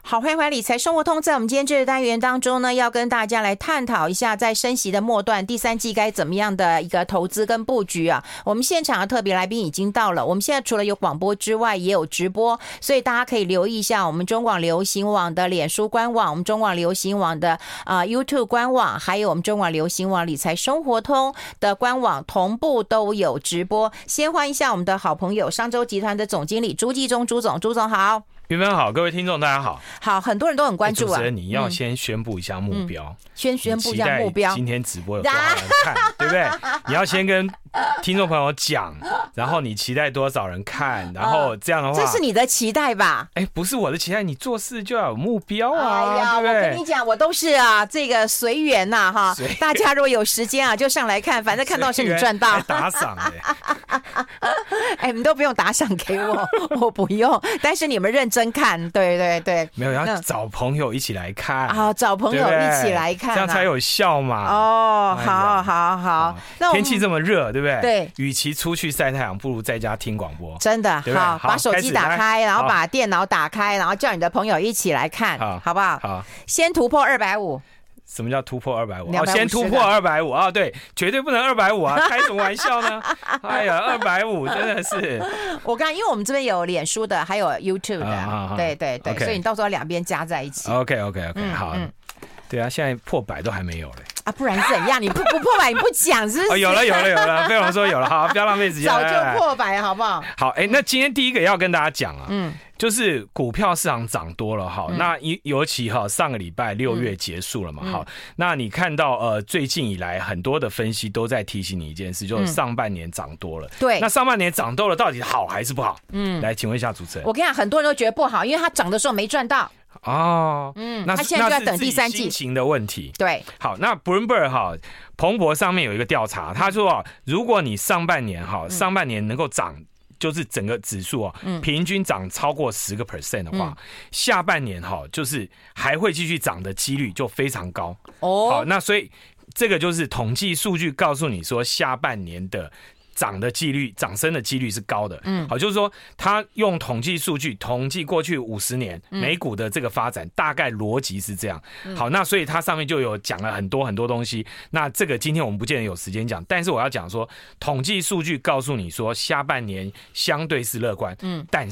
好，欢迎回来理财生活通。在我们今天这个单元当中呢，要跟大家来探讨一下，在升息的末段，第三季该怎么样的一个投资跟布局啊。我们现场的特别来宾已经到了，我们现在除了有广播之外，也有直播，所以大家可以留意一下我们中广流行网的脸书官网，我们中广流行网的YouTube 官网，还有我们中广流行网理财生活通的官网，同步都有直播。先欢迎一下我们的好朋友商周集团的总经理朱继忠朱总好。 云芬好，各位听众大家好。 好，很多人都很关注啊。 主持人，你要先宣布一下目标， 宣布一下目标。 今天直播有多少人看，对不对？你要先跟听众朋友讲，然后你期待多少人看，然后这样的话， 这是你的期待吧？ 不是我的期待，你做事就要有目标啊， 哎呀， 对不对？ 我跟你讲，我都是这个随缘呐，哈。大家如果有时间就上来看，反正看到是你赚到。 打赏你们都不用打赏给我，我不用，但是你们认真看，对， 没有要找朋友一起来看啊，找朋友一起来看， 这样才有效嘛。 哦，好， 那天气这么热，对不对？ 对， 与其出去晒太阳，不如在家听广播。 真的，好，把手机打开，然后把电脑打开，然后叫你的朋友一起来看，好不好？ 好， 先突破250。 什么叫突破250？先突破250啊！对，绝对不能250啊！开什么玩笑呢？哎呀，250真的是。 我刚因为我们这边有脸书的，还有 YouTube 的，对，所以你到时候两边加在一起。 OK， 好。对啊，现在破100都还没有嘞。 不然怎样？你不破100你不讲是不是？ 有了，飞龙说有了，好，不要浪费时间。 早就破100好不好？ 好，那今天第一个要跟大家讲啊，就是股票市场涨多了哈，那尤其上个礼拜6月结束了嘛，好，那你看到最近以来很多的分析都在提醒你一件事，就是上半年涨多了。 对， 那上半年涨多了到底好还是不好？来，请问一下主持人。 我跟你讲，很多人都觉得不好，因为它涨的时候没赚到。 那他现在就要等第三季心情的问题。 对， 好，那 Bloomberg 彭博上面有一个调查，他说如果你上半年能够涨，就是整个指数平均涨超过10% 的话，下半年就是还会继续涨的几率就非常高。好，那所以这个就是统计数据告诉你说下半年的涨升的几率是高的。好，就是说他用统计数据统计过去50年美股的这个发展，大概逻辑是这样。好，那所以它上面就有讲了很多东西。那这个今天我们不见得有时间讲，但是我要讲说，统计数据告诉你说下半年相对是乐观。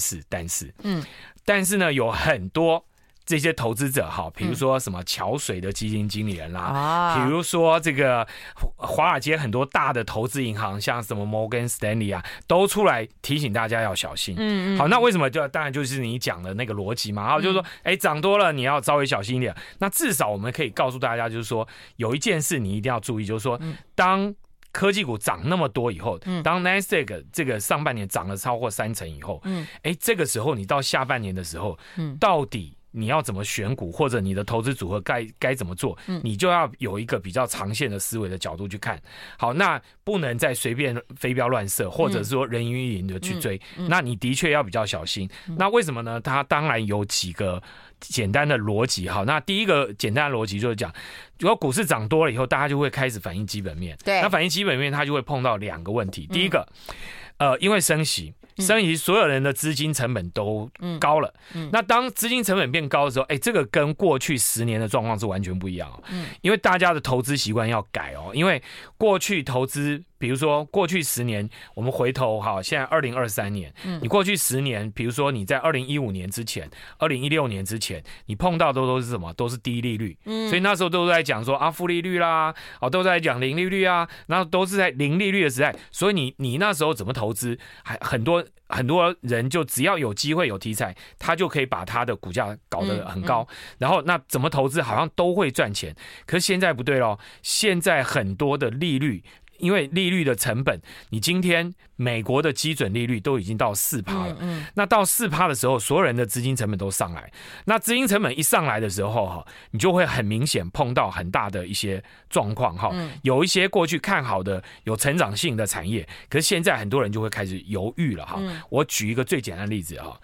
但是呢，有很多这些投资者比如说什么桥水的基金经理人啦，比如说这个华尔街很多大的投资银行，像什么 Morgan Stanley 啊，都出来提醒大家要小心。好，那为什么当然就是你讲的那个逻辑嘛，就是说，涨多了你要稍微小心一点。那至少我们可以告诉大家，就是说有一件事你一定要注意，就是说，当科技股涨那么多以后，当 Nasdaq 这个上半年涨了超过30%以后，这个时候你到下半年的时候，到底你要怎么选股，或者你的投资组合该怎么做，你就要有一个比较长线的思维的角度去看。好，那不能再随便飞镖乱射，或者是说人云亦云的去追，那你的确要比较小心。那为什么呢？它当然有几个简单的逻辑。好，那第一个简单的逻辑就是讲，如果股市涨多了以后，大家就会开始反映基本面。对，那反映基本面，它就会碰到2个问题。第一个，因为升息，所有人的资金成本都高了。那当资金成本变高的时候，这个跟过去10年的状况是完全不一样。因为大家的投资习惯要改因为过去投资，比如说过去10年，我们回头现在2023年，你过去10年，比如说你在2015年之前、2016年之前，你碰到的都是什么？都是低利率。所以那时候都在讲说负利率啦，都在讲零利率啊，然后都是在零利率的时代。所以你那时候怎么投资，很多人就只要有机会有题材，他就可以把他的股价搞得很高，然后那怎么投资好像都会赚钱。可是现在不对咯，现在很多的利率，因为利率的成本，你今天美国的基准利率都已经到 4% 了，那到 4% 的时候，所有人的资金成本都上来，那资金成本一上来的时候，你就会很明显碰到很大的一些状况。有一些过去看好的有成长性的产业，可是现在很多人就会开始犹豫了。我举一个最简单的例子，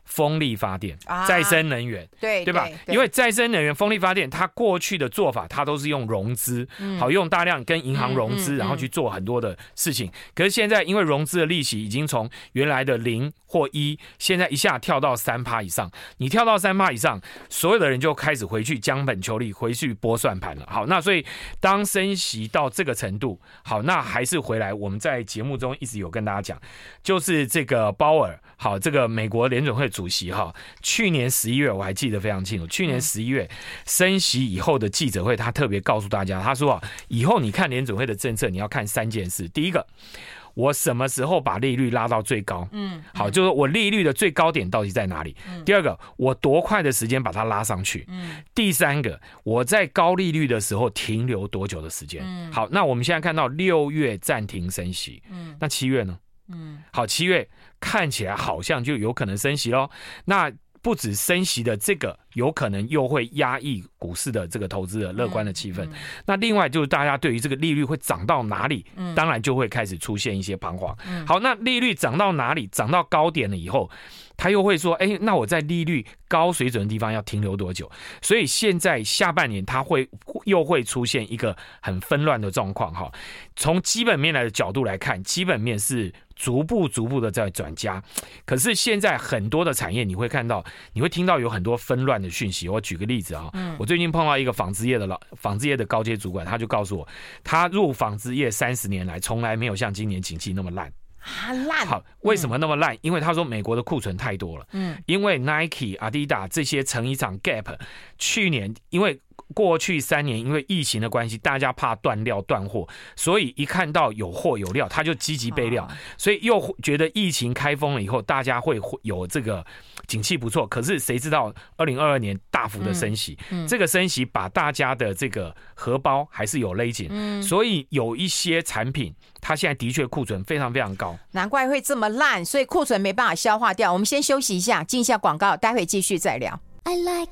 风力发电、再生能源， 对吧？因为再生能源、风力发电，它过去的做法，它都是用融资，好用大量跟银行融资，然后去做很多的事情。可是现在因为融资的利息已经从原来的0或1，现在一下跳到3%以上。你跳到3%以上，所有的人就开始回去将本求利，回去拨算盘了。好，那所以当升息到这个程度，好，那还是回来我们在节目中一直有跟大家讲，就是这个鲍尔，好，这个美国联准会主席哈，去年11月我还记得非常清楚，去年11月升息以后的记者会，他特别告诉大家，他说以后你看联准会的政策，你要看3件事。第一个，我什么时候把利率拉到最高？好，就是我利率的最高点到底在哪里？第二个，我多快的时间把它拉上去？第三个，我在高利率的时候停留多久的时间？好，那我们现在看到6月暂停升息，那7月呢？好，7月看起来好像就有可能升息咯。那不止升息的这个有可能又会压抑股市的这个投资的乐观的气氛。那另外就是大家对于这个利率会涨到哪里，当然就会开始出现一些彷徨。好，那利率涨到哪里，涨到高点了以后，他又会说，那我在利率高水准的地方要停留多久？所以现在下半年它又会出现一个很纷乱的状况哈。从基本面来的角度来看，基本面是逐步的在转佳，可是现在很多的产业你会听到有很多纷乱的讯息。我举个例子啊，我最近碰到一个纺织业的高阶主管，他就告诉我，他入纺织业30年来从来没有像今年景气那么烂。 烂， 好，为什么那么烂？因为他说美国的库存太多了。因为 Nike、Adidas 这些成衣厂 Gap 去年因为过去3年因为疫情的关系，大家怕断料断货，所以一看到有货有料，他就积极备料，所以又觉得疫情开封了以后，大家会有这个景气不错。可是谁知道2022年大幅的升息，这个升息把大家的这个荷包还是有勒紧，所以有一些产品它现在的确库存非常非常高， 难怪会这么烂，所以库存没办法消化掉。我们先休息一下，进一下广告，待会继续再聊。I like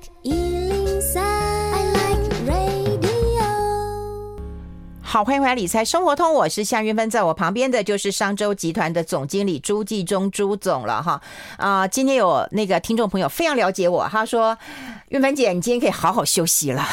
103, I like radio。 好，欢迎回来理财生活通，我是夏云芬，在我旁边的就是商周集团的总经理朱继忠朱总了哈。今天有那个听众朋友非常了解我，他说云芬姐，你今天可以好好休息了。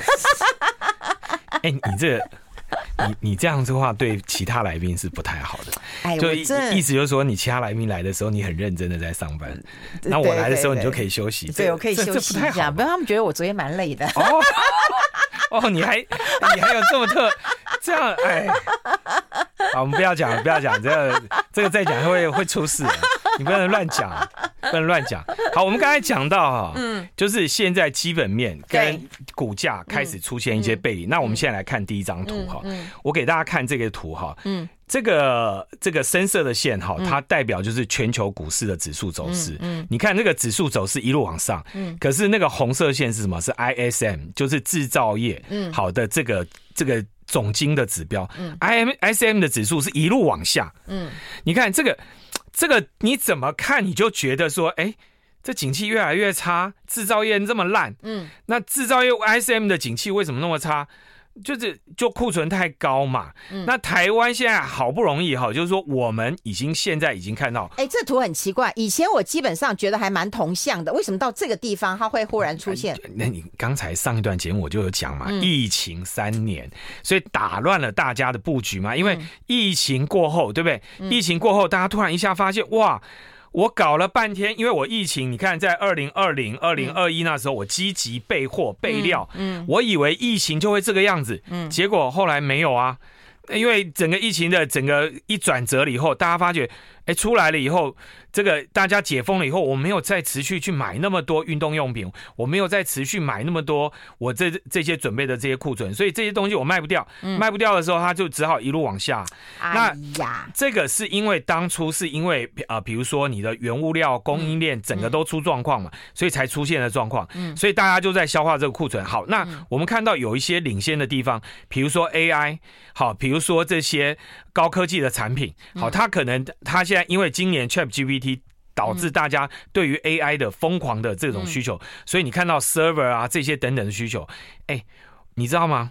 你这样子的话对其他来宾是不太好的。就意思就是说，你其他来宾来的时候你很认真的在上班，那我来的时候你就可以休息。 对，我可以休息一下，不然他们觉得我昨天蛮累的。 你还有这么这样，好，我们不要讲，这个再讲会出事，你不能乱讲。好，我们刚才讲到就是现在基本面跟股价开始出现一些背离。那我们现在来看第一张图哈，我给大家看这个图哈，这个深色的线哈，它代表就是全球股市的指数走势。你看那个指数走势一路往上，可是那个红色线是什么？是 ISM， 就是制造业好的这个总经的指标。ISM 的指数是一路往下。你看这个你怎么看你就觉得说，这景气越来越差，制造业这么烂。那制造业 ISM 的景气为什么那么差？就库存太高嘛。那台湾现在好不容易就是说我们现在已经看到， 这图很奇怪，以前我基本上觉得还蛮同向的，为什么到这个地方它会忽然出现？ 那你刚才上一段节目我就有讲嘛，疫情3年，所以打乱了大家的布局嘛。因为疫情过后，对不对？疫情过后，大家突然一下发现，哇！我搞了半天，因为我疫情，你看在2020、2021那时候，我积极备货备料，我以为疫情就会这个样子，结果后来没有啊，因为整个疫情的整个一转折了以后，大家发觉，出来了以后，这个大家解封了以后，我没有再持续去买那么多运动用品，我没有再持续买那么多我这些准备的这些库存，所以这些东西我卖不掉，卖不掉的时候，它就只好一路往下。那这个是因为当初是因为比如说你的原物料供应链整个都出状况嘛，所以才出现的状况，所以大家就在消化这个库存。好，那我们看到有一些领先的地方，比如说 AI， 好，比如说这些高科技的产品，好，它现在因为今年 ChatGPT 导致大家对于 AI 的疯狂的这种需求，所以你看到 server 啊这些等等的需求，你知道吗？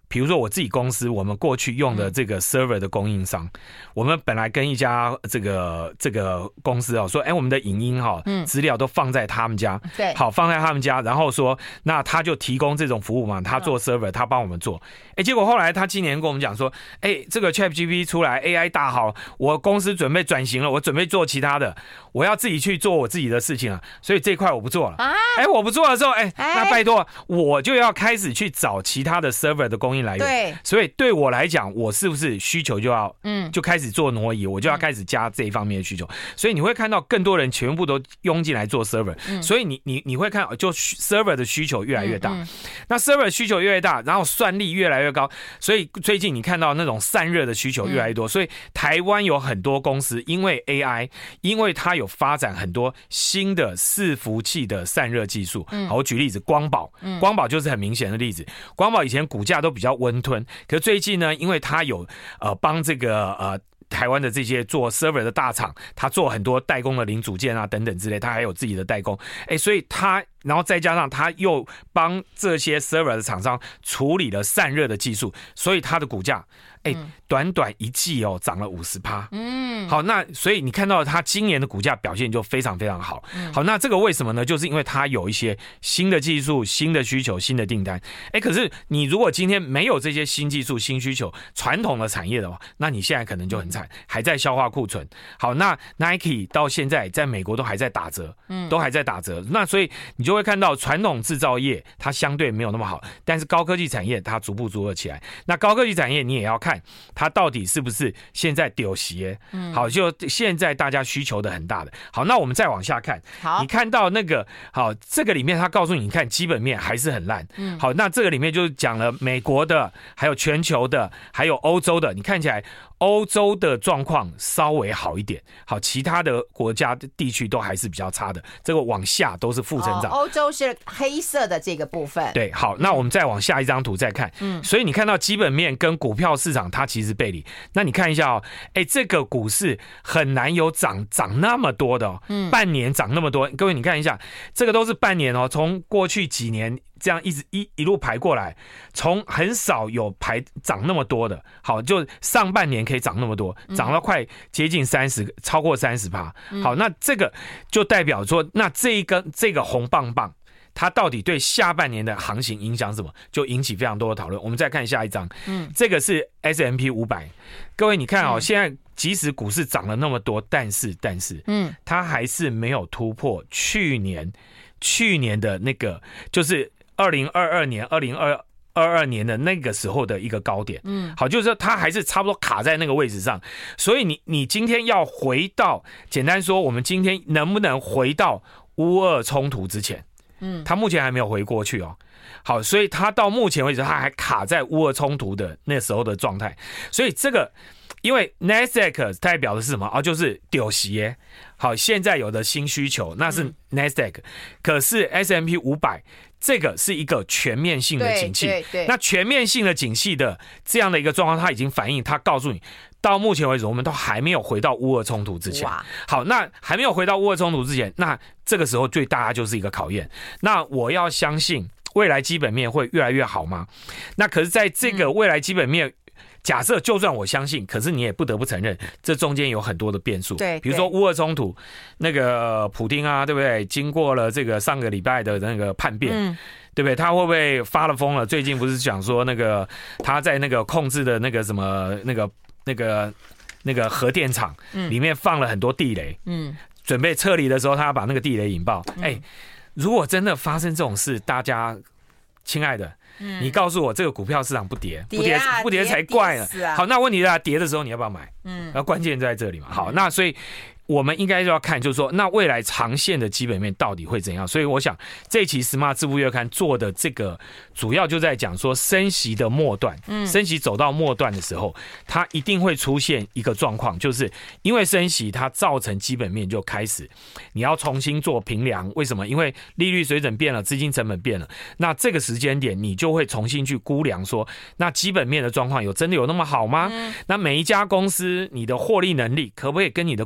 比如说我自己公司，我们过去用的这个 server 的供应商，我们本来跟一家这个公司说，我们的影音资料都放在他们家， 对， 好，放在他们家，然后说，那他就提供这种服务嘛，他做 server，他帮我们做，结果后来他今年跟我们讲说，这个 ChatGPT 出来 AI 大好，我公司准备转型了，我准备做其他的，我要自己去做我自己的事情了，所以这一块我不做了。我不做的时候，那拜托，我就要开始去找其他的 server 的供应来源。 对， 所以对我来讲，我是不是需求就要就开始做挪移，我就要开始加这一方面的需求。所以你会看到更多人全部都涌进来做 server，所以你会看就 server 的需求越来越大。那 server 的需求越来越大，然后算力越来越高，所以最近你看到那种散热的需求越来越多。所以台湾有很多公司因为 AI， 因为它有发展很多新的伺服器的散热技术。好，我举例子，光宝就是很明显的例子。光宝以前股价都比较温吞，可是最近呢，因为它有帮这个台湾的这些做 server 的大厂，他做很多代工的零组件啊等等之类，他还有自己的代工，所以他然后再加上他又帮这些 server 的厂商处理了散热的技术，所以他的股价短短一季涨了 50%。好，那所以你看到他今年的股价表现就非常非常好。好，那这个为什么呢？就是因为他有一些新的技术、新的需求、新的订单。可是你如果今天没有这些新技术、新需求，传统的产业的话，那你现在可能就很惨，还在消化库存。好，那 Nike 到现在在美国都还在打折，都还在打折。那所以你就会看到传统制造业它相对没有那么好，但是高科技产业它逐步起来。那高科技产业你也要看它到底是不是现在丢席。好，就现在大家需求的很大的。好，那我们再往下看，你看到那个好，这个里面它告诉你看基本面还是很烂。好，那这个里面就讲了美国的，还有全球的，还有欧洲的。你看起来欧洲的状况稍微好一点，好，其他的国家的地区都还是比较差的，这个往下都是负增长。 欧洲是黑色的这个部分。 对，好，那我们再往下一张图再看。所以你看到基本面跟股票市场它其实背离。那你看一下这个股市很难有涨那么多的半年涨那么多。各位你看一下，这个都是半年从过去几年这样一路排过来，从很少有排涨那么多的。好，就上半年可以涨那么多，涨到快接近30%，超过30%。好，那这个就代表说，那这个红棒棒它到底对下半年的行情影响什么，就引起非常多的讨论。我们再看下一张，这个是 S&P 500。各位你看现在即使股市涨了那么多，但是它还是没有突破去年的那个，就是2022年的那个时候的一个高点。好，就是说它还是差不多卡在那个位置上。所以你今天要回到，简单说，我们今天能不能回到乌俄冲突之前？它目前还没有回过去好，所以它到目前为止，它还卡在乌俄冲突的那时候的状态。所以这个，因为 Nasdaq 代表的是什么就是丢席。好，现在有的新需求那是 Nasdaq，可是 S&P 500这个是一个全面性的景气。那全面性的景气的这样的一个状况，它已经反映，它告诉你，到目前为止，我们都还没有回到乌俄冲突之前。好，那还没有回到乌俄冲突之前，那这个时候对大家就是一个考验。那我要相信未来基本面会越来越好吗？那可是在这个未来基本面，假设就算我相信，可是你也不得不承认，这中间有很多的变数。 对， 比如说乌俄冲突，那个普丁对不对？经过了这个上个礼拜的那个叛变，对不对？他会不会发了疯了？最近不是讲说那个他在那个控制的那个什么那个核电厂里面放了很多地雷，准备撤离的时候，他要把那个地雷引爆。如果真的发生这种事，大家亲爱的。你告诉我这个股票市场不跌才怪呢。好，那问题是跌的时候你要不要买？那关键就在这里嘛。好，那所以我们应该就要看，就是说，那未来长线的基本面到底会怎样？所以我想这一期 Smart 致富月刊做的这个，主要就在讲说升息的末段，升息走到末段的时候，它一定会出现一个状况，就是因为升息它造成基本面就开始你要重新做评量。为什么？因为利率水准变了，资金成本变了，那这个时间点你就会重新去估量说，那基本面的状况真的有那么好吗？那每一家公司你的获利能力可不可以跟你的股价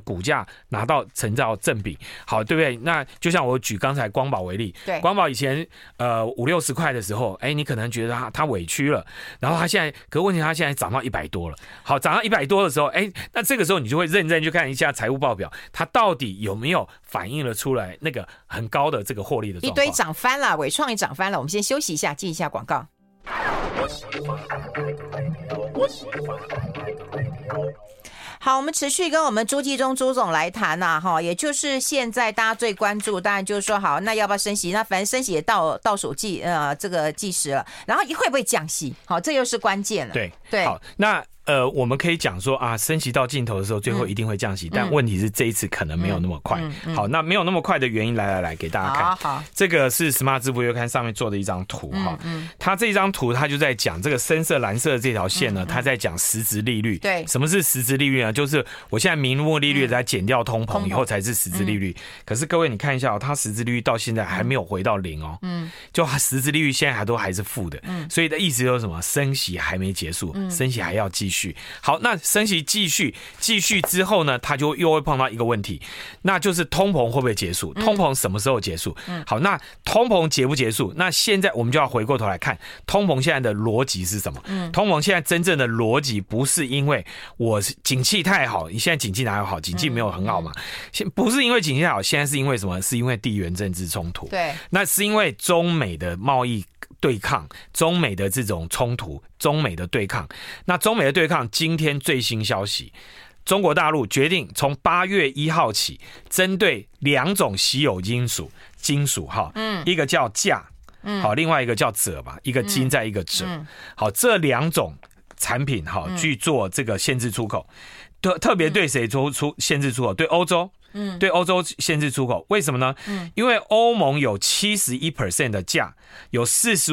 拿到成照正比，好，对不对？那就像我举刚才光宝为例， 对， 光宝以前50-60块的时候，你可能觉得他委屈了，然后他现在，可问题他现在涨到100多了，好，涨到100多的时候，那这个时候你就会认真去看一下财务报表，它到底有没有反映了出来那个很高的这个获利的状况。 一堆涨翻了，伟创也涨翻了。我们先休息一下，进一下广告。好，我们持续跟我们朱继忠朱总来谈也就是现在大家最关注，当然就是说，好，那要不要升息？那反正升息也倒数这个计时了，然后会不会降息？好，这又是关键了。对， 好，那我们可以讲说升息到尽头的时候，最后一定会降息，但问题是这一次可能没有那么快。好，那没有那么快的原因，来给大家看。 好， 这个是 Smart 支付月刊上面做的一张图哈。它这张图它就在讲这个深色蓝色的这条线呢，它在讲实质利率。 对， 什么是实质利率呢？就是我现在名目利率在减掉通膨以后才是实质利率。可是各位你看一下它实质利率到现在还没有回到0哦。就实质利率现在还是负的。所以的意思就是什么？升息还没结束，升息还要继续。好，那升息继续之后呢，它就又会碰到一个问题，那就是通膨会不会结束？通膨什么时候结束？好，那通膨结不结束？那现在我们就要回过头来看，通膨现在的逻辑是什么？通膨现在真正的逻辑不是因为我景气太好，你现在景气哪有好？景气没有很好嘛？不是因为景气太好，现在是因为什么？是因为地缘政治冲突。 对， 那是因为中美的贸易对抗，中美的这种冲突，中美的对抗。那中美的对抗，今天最新消息，中国大陆决定从8月1号起，针对2种稀有金属一个叫镓，好，另外一个叫锗吧，一个金在一个锗，好，这2种产品去做这个限制出口，特别对谁出限制出口？对欧洲。对欧洲限制出口，为什么呢？因为欧盟有71% 的镓，有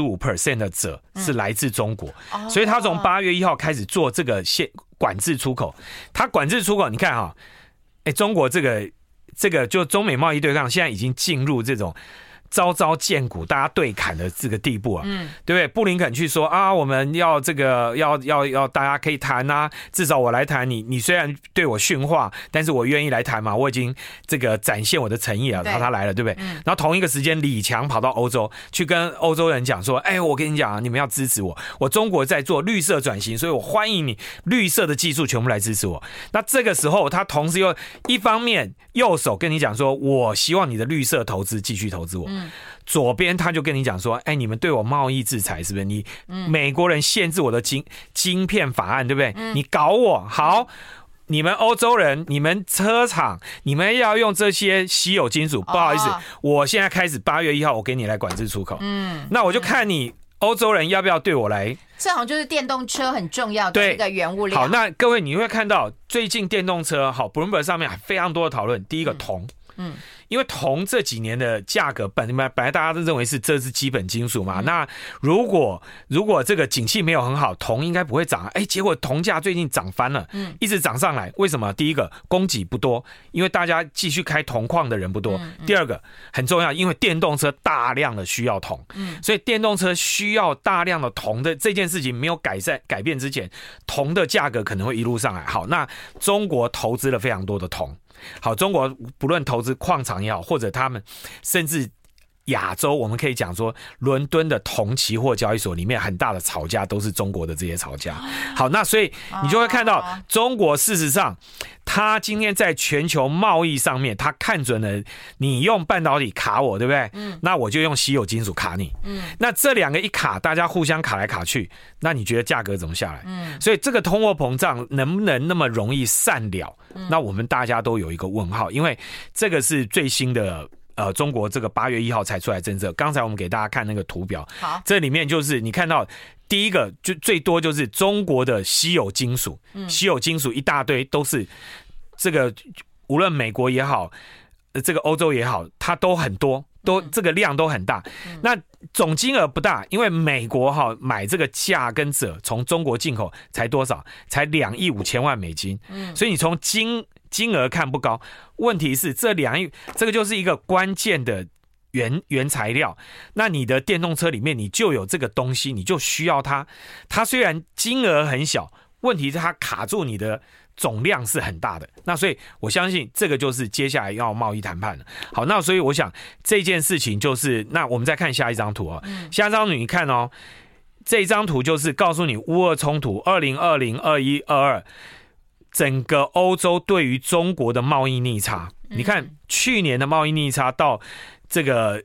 45% 的锗是来自中国，所以他从8月1号开始做这个管制出口。他管制出口，你看中国这个就中美贸易对抗，现在已经进入这种招招见骨，大家对砍的这个地步对不对？布林肯去说我们要这个要大家可以谈至少我来谈，你虽然对我训话，但是我愿意来谈嘛，我已经这个展现我的诚意了，然后他来了，对不对？然后同一个时间，李强跑到欧洲去跟欧洲人讲说，我跟你讲你们要支持我中国在做绿色转型，所以我欢迎你绿色的技术全部来支持我。那这个时候他同时又一方面右手跟你讲说，我希望你的绿色投资继续投资我，左边他就跟你讲说，你们对我贸易制裁是不是？你美国人限制我的晶片法案，对不对？你搞我好，你们欧洲人，你们车厂，你们要用这些稀有金属，不好意思，我现在开始8月1号，我给你来管制出口。那我就看你欧洲人要不要对我来。 这好像就是电动车很重要的一个原物料。 好，那各位你会看到最近电动车Bloomberg 上面非常多的讨论。第一个铜，因为铜这几年的价格本来大家都认为这是基本金属嘛，那如果这个景气没有很好，铜应该不会涨结果铜价最近涨翻了，一直涨上来。为什么？第一个供给不多，因为大家继续开铜矿的人不多。第二个很重要，因为电动车大量的需要铜，所以电动车需要大量的铜的这件事情没有改变之前，铜的价格可能会一路上来。好，那中国投资了非常多的铜。好，中国不论投资矿场也好，或者他们甚至亚洲，我们可以讲说，伦敦的铜期货交易所里面很大的炒家都是中国的这些炒家。好，那所以你就会看到，中国事实上，他今天在全球贸易上面，他看准了你用半导体卡我，对不对？那我就用稀有金属卡你。那这两个一卡，大家互相卡来卡去，那你觉得价格怎么下来？所以这个通货膨胀能不能那么容易散了？那我们大家都有一个问号，因为这个是最新的。中国这个8月1号才出来政策，刚才我们给大家看那个图表，这里面就是你看到第一个就最多就是中国的稀有金属，稀有金属一大堆都是这个，无论美国也好，这个欧洲也好，它都很多，都这个量都很大。那总金额不大，因为美国买这个镓跟锗从中国进口才多少？才2亿5千万美金，所以你从金额看不高，问题是这2亿，这个就是一个关键的原材料。那你的电动车里面你就有这个东西，你就需要它。它虽然金额很小，问题是它卡住你的总量是很大的。那所以我相信这个就是接下来要贸易谈判了。好，那所以我想这件事情就是，那我们再看下一张图下一张图你看这张图就是告诉你乌俄冲突2020、21、22整个欧洲对于中国的贸易逆差。你看去年的贸易逆差到这个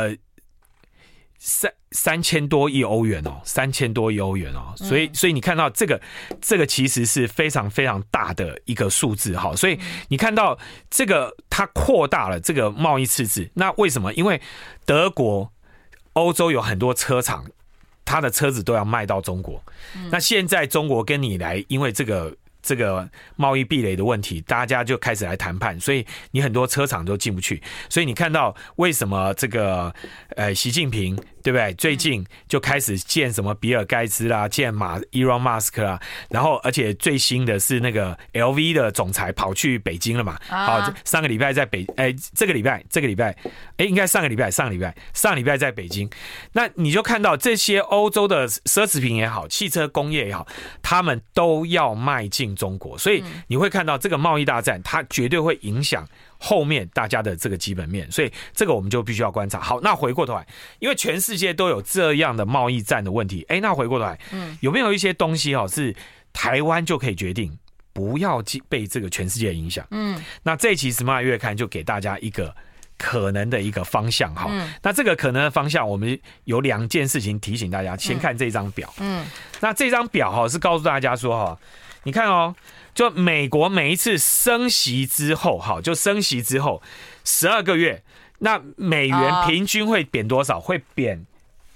3000多亿欧元3000多亿欧元所以你看到这个其实是非常非常大的一个数字所以你看到这个它扩大了这个贸易赤字。那为什么？因为德国、欧洲有很多车厂，他的车子都要卖到中国。那现在中国跟你来，因为这个贸易壁垒的问题，大家就开始来谈判，所以你很多车厂都进不去。所以你看到为什么这个习近平对不对？最近就开始见什么比尔盖茨啦，见Elon Musk 啦，然后而且最新的是那个 LV 的总裁跑去北京了嘛？好，上个礼拜在这个礼拜应该上个礼拜在北京。那你就看到这些欧洲的奢侈品也好，汽车工业也好，他们都要迈进中国，所以你会看到这个贸易大战，它绝对会影响后面大家的这个基本面，所以这个我们就必须要观察。好，那回过头来，因为全世界都有这样的贸易战的问题，那回过头来，有没有一些东西是台湾就可以决定不要被这个全世界影响？那这一期 Smart 月刊就给大家一个可能的一个方向那这个可能的方向，我们有2件事情提醒大家。先看这张表，那这张表是告诉大家说你看就美国每一次升息之后就升息之后12个月，那美元平均会贬多少？会贬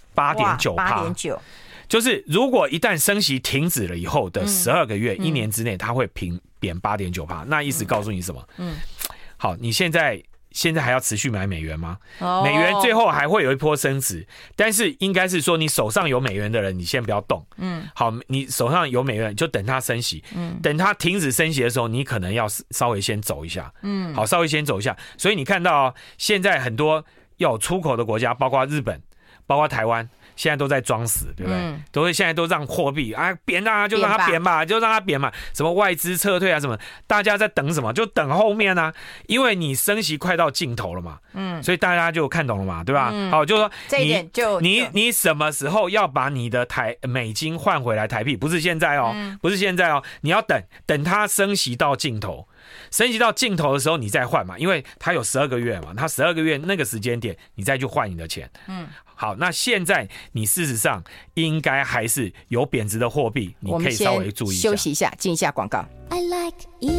8.9%。就是如果一旦升息停止了以后的12个月1年之内，它会贬 8.9%。那意思告诉你什么？好，你现在还要持续买美元吗？美元最后还会有一波升值，但是应该是说你手上有美元的人，你先不要动。好，你手上有美元就等它升息，等它停止升息的时候，你可能要稍微先走一下。好，稍微先走一下。所以你看到现在很多要有出口的国家，包括日本，包括台湾。现在都在装死，对不对？现在都让货币贬就让它贬吧，就让它贬嘛。什么外资撤退什么，大家在等什么？就等后面因为你升息快到尽头了嘛。所以大家就看懂了嘛，对吧？好，就是说这一点你什么时候要把你的美金换回来台币？不是现在不是现在你要等它升息到尽头。升息到尽头的时候，你再换嘛，因为它有12个月嘛，它12个月那个时间点，你再去换你的钱。好，那现在你事实上应该还是有贬值的货币，你可以稍微注意一下。 休息一下，进一下广告。I like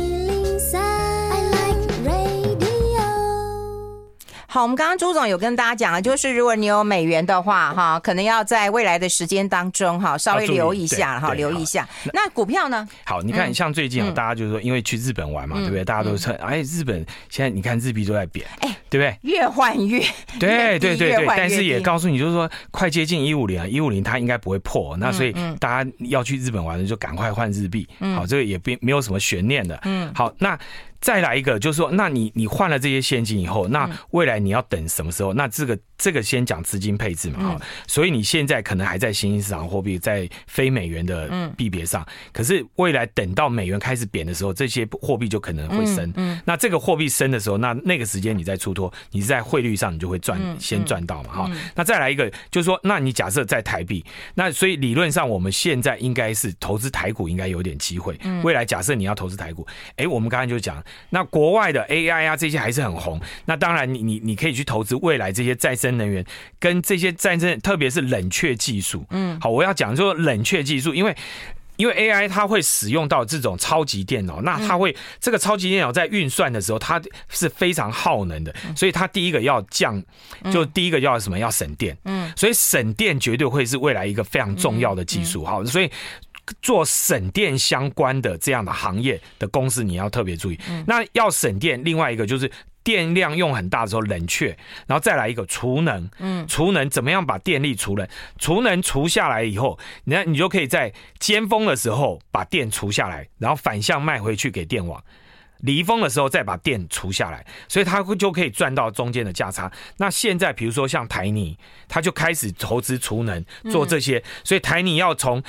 好，我们刚刚朱总有跟大家讲了，就是如果你有美元的话可能要在未来的时间当中稍微留意一下留意一下。那股票呢？ 好，你看像最近大家就是说因为去日本玩嘛，对不对？大家都称日本现在你看日币都在贬，对不对？ 越换越对，但是也告诉你就是说快接近150它应该不会破，那所以大家要去日本玩的就赶快换日币。好，这个也没有什么悬念的。好，那再来一个就是说，那你换了这些现金以后，那未来你要等什么时候？那这个先讲资金配置嘛，所以你现在可能还在新兴市场货币，在非美元的币别上，可是未来等到美元开始贬的时候，这些货币就可能会升。那这个货币升的时候，那个时间你再出脱，你在汇率上你就会先赚到嘛，那再来一个就是说，那你假设在台币，那所以理论上我们现在应该是投资台股应该有点机会。未来假设你要投资台股，我们刚才就讲。那国外的 AI 这些还是很红，那当然你可以去投资未来这些再生能源跟这些再生，特别是冷却技术。好，我要讲说冷却技术，因为 AI 它会使用到这种超级电脑，那它会这个超级电脑在运算的时候，它是非常耗能的，所以它第一个要就第一个要什么？要省电。所以省电绝对会是未来一个非常重要的技术。好，所以做省电相关的这样的行业的公司，你要特别注意。那要省电，另外一个就是电量用很大的时候冷却，然后再来一个储能。储能怎么样把电力储能储下来以后，你就可以在尖峰的时候把电储下来，然后反向卖回去给电网。离峰的时候再把电除下来，所以他就可以赚到中间的价差。那现在比如说像台泥，他就开始投资储能做这些，所以台泥要从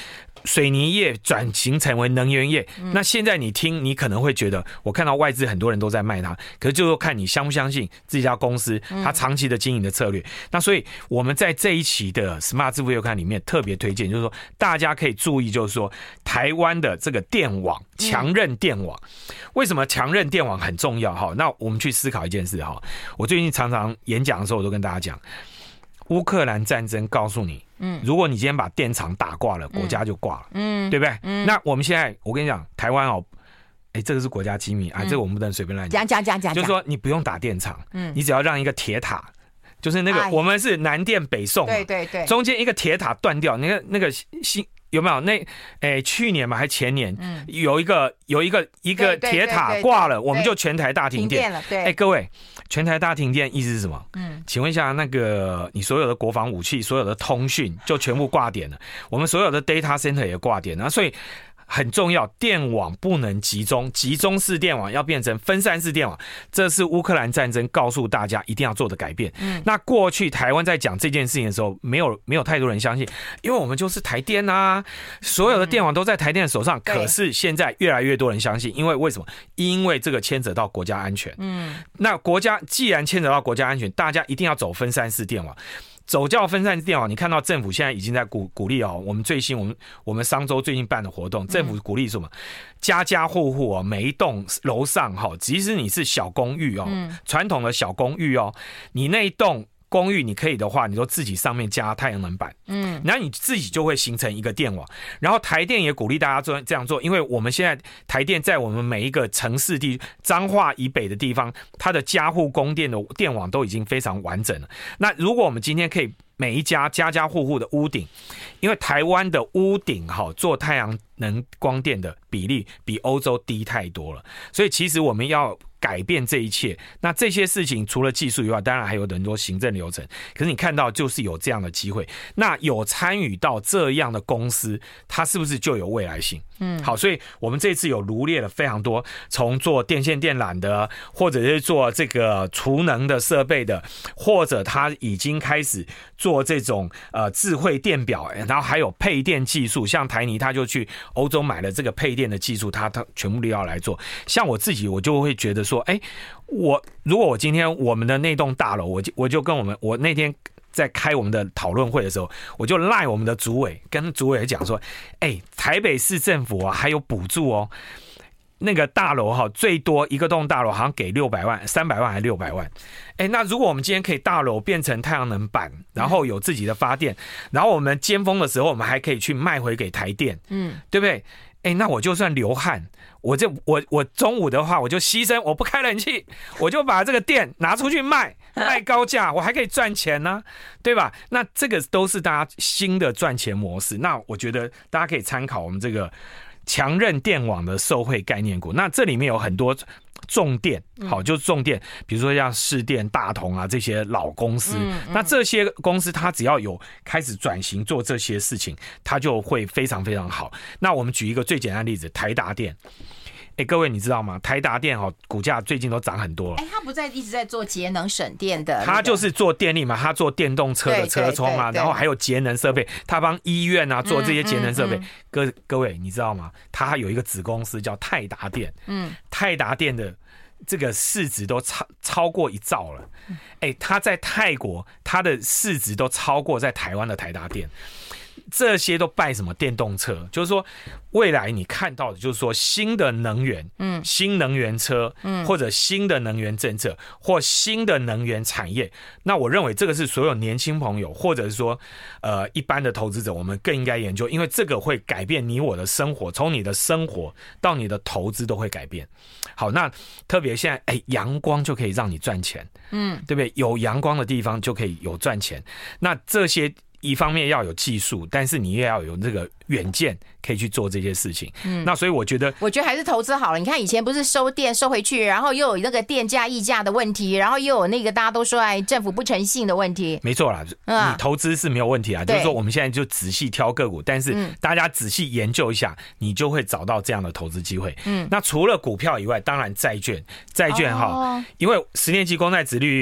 水泥业转型成为能源业，那现在你听，你可能会觉得，我看到外资很多人都在卖它，可是就是看你相不相信这家公司它长期的经营的策略。那所以我们在这一期的 Smart 致富月刊里面特别推荐，就是说大家可以注意，就是说台湾的这个电网，强韧电网，为什么强韧电网很重要？哈，那我们去思考一件事哈。我最近常常演讲的时候，我都跟大家讲，乌克兰战争告诉你，如果你今天把电厂打挂了，国家就挂了，对不对？那我们现在，我跟你讲，台湾哦，这个是国家机密啊，这个我们不能随便乱讲，就是说你不用打电厂，你只要让一个铁塔。就是那个，我们是南电北送， 对， 中间一个铁塔断掉，那个新有没有？去年嘛还前年，有一个铁塔挂了，我们就全台大停电了。对， 各位，全台大停电意思是什么？请问一下，那个你所有的国防武器、所有的通讯就全部挂点了，我们所有的 data center 也挂点了，所以。很重要，电网不能集中式电网要变成分散式电网，这是乌克兰战争告诉大家一定要做的改变。那过去台湾在讲这件事情的时候，没有太多人相信，因为我们就是台电啊，所有的电网都在台电的手上。可是现在越来越多人相信，因为为什么？因为这个牵扯到国家安全。那国家既然牵扯到国家安全，大家一定要走分散式电网。走叫分散电网，你看到政府现在已经在鼓励哦。我们商周最近办的活动，政府鼓励什么？家家户户哦，每一栋楼上哈，即使你是小公寓哦，传统的小公寓哦，你那一栋公寓你可以的话，你就自己上面加太阳能板，然后你自己就会形成一个电网。然后台电也鼓励大家这样做，因为我们现在台电在我们每一个城市彰化以北的地方，它的家户供电的电网都已经非常完整了。那如果我们今天可以每一家户户的屋顶，因为台湾的屋顶做太阳能光电的比例比欧洲低太多了，所以其实我们要改变这一切。那这些事情除了技术以外，当然还有很多行政流程。可是你看到就是有这样的机会，那有参与到这样的公司，它是不是就有未来性？好，所以我们这次有罗列了非常多，从做电线电缆的，或者是做这个储能的设备的，或者他已经开始做这种智慧电表，然后还有配电技术，像台泥他就去欧洲买了这个配电的技术，他全部都要来做。像我自己，我就会觉得说，如果我今天我们的那栋大楼，我就跟我那天在开我们的讨论会的时候，我就赖我们的主委，跟主委讲说，台北市政府还有补助哦，那个大楼最多一个栋大楼好像给600万、300万还是600万。那如果我们今天可以大楼变成太阳能板，然后有自己的发电，然后我们尖峰的时候，我们还可以去卖回给台电，对不对？那我就算流汗，我中午的话，我就牺牲，我不开冷气，我就把这个电拿出去卖高价，我还可以赚钱呢，对吧？那这个都是大家新的赚钱模式。那我觉得大家可以参考我们这个强韧电网的受惠概念股。那这里面有很多重电，就是重电，比如说像士电、大同啊这些老公司，那这些公司它只要有开始转型做这些事情，它就会非常非常好。那我们举一个最简单的例子，台达电。各位你知道吗？台达电股价最近都涨很多了。 他不一直在做节能省电的， 他就是做电力嘛，他做电动车的车充啊，然后还有节能设备，他帮医院啊做这些节能设备。各位你知道吗？他有一个子公司叫泰达电，泰达电的这个市值都超过1兆了。他在泰国他的市值都超过在台湾的台达电。这些都拜什么电动车？就是说，未来你看到的，就是说新的能源，新能源车，或者新的能源政策，或新的能源产业。那我认为这个是所有年轻朋友，或者是说，一般的投资者，我们更应该研究，因为这个会改变你我的生活，从你的生活到你的投资都会改变。好，那特别现在，阳光就可以让你赚钱，对不对？有阳光的地方就可以有赚钱。那这些。一方面要有技术，但是你也要有这个远见，可以去做这些事情。那所以我觉得还是投资好了。你看以前不是收电收回去，然后又有那个电价溢价的问题，然后又有那个大家都说政府不诚信的问题。 没错啦，你投资是没有问题啊，就是说我们现在就仔细挑个股，但是大家仔细研究一下，你就会找到这样的投资机会。那除了股票以外，当然债券因为10年期公债殖利率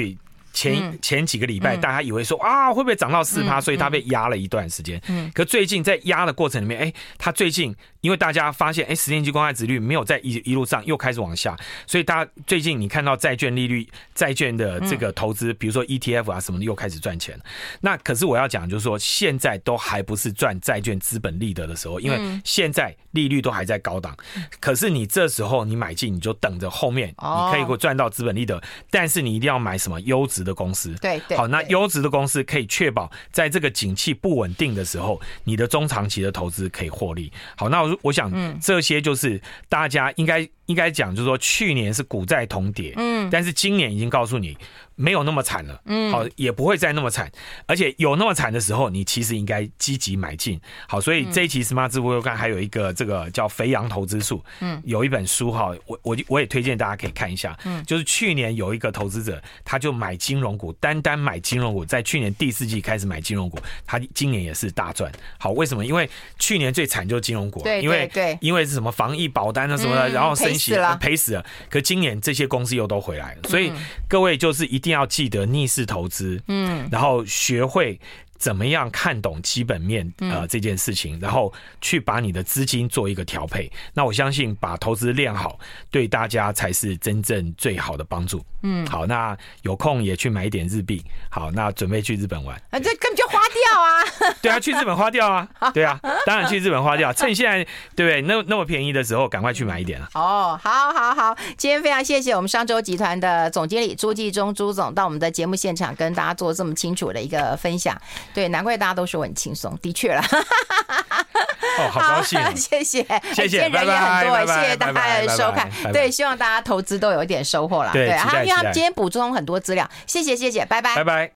前几个礼拜，大家以为说啊会不会涨到4%，所以它被压了一段时间。可最近在压的过程里面，它最近因为大家发现10年期公债殖利率没有在一路上又开始往下，所以大家最近你看到债券利率、债券的这个投资，比如说 ETF 啊什么的又开始赚钱。那可是我要讲就是说，现在都还不是赚债券资本利得的时候，因为现在利率都还在高档。可是你这时候你买进，你就等着后面你可以赚到资本利得，但是你一定要买什么优质的公司。 对， 好，那优质的公司可以确保在这个景气不稳定的时候，你的中长期的投资可以获利。好，那我想这些就是大家应该讲，就是说去年是股债同跌，但是今年已经告诉你没有那么惨了，好，也不会再那么惨，而且有那么惨的时候，你其实应该积极买进。好，所以这一期 Smart 智慧周刊还有一个这个叫肥羊投资术，有一本书哈，我也推荐大家可以看一下，就是去年有一个投资者，他就买金融股，单买金融股，在去年第4季开始买金融股，他今年也是大赚。好，为什么？因为去年最惨就是金融股，因为是什么防疫保单啊什么的，然后升息赔死了，可今年这些公司又都回来了，所以各位就是一定要记得逆势投资，然后学会怎么样看懂基本面这件事情，然后去把你的资金做一个调配。那我相信把投资练好，对大家才是真正最好的帮助。好，那有空也去买一点日币。好，那准备去日本玩， 这根本就花掉啊！ 对啊，去日本花掉啊！对啊，当然去日本花掉，趁现在对不对？那么便宜的时候，赶快去买一点啊！ 哦，好，今天非常谢谢我们商周集团的总经理朱继忠朱总到我们的节目现场，跟大家做这么清楚的一个分享。对，难怪大家都说我很轻松，的确了。 好高兴， 谢谢， 谢谢， 人也很多，谢谢大家的收看。对，希望大家投资都有一点收获啦。对，因为他们今天补充很多资料，谢谢，拜拜，拜拜。